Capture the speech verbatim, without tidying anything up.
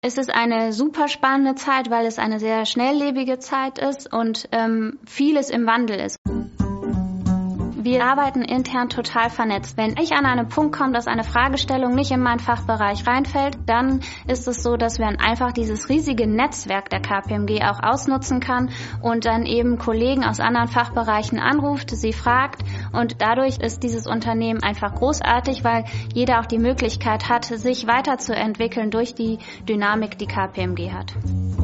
Es ist eine super spannende Zeit, weil es eine sehr schnelllebige Zeit ist und ähm, vieles im Wandel ist. Wir arbeiten intern total vernetzt. Wenn ich an einen Punkt komme, dass eine Fragestellung nicht in meinen Fachbereich reinfällt, dann ist es so, dass man einfach dieses riesige Netzwerk der K P M G auch ausnutzen kann und dann eben Kollegen aus anderen Fachbereichen anruft, sie fragt und dadurch ist dieses Unternehmen einfach großartig, weil jeder auch die Möglichkeit hat, sich weiterzuentwickeln durch die Dynamik, die K P M G hat.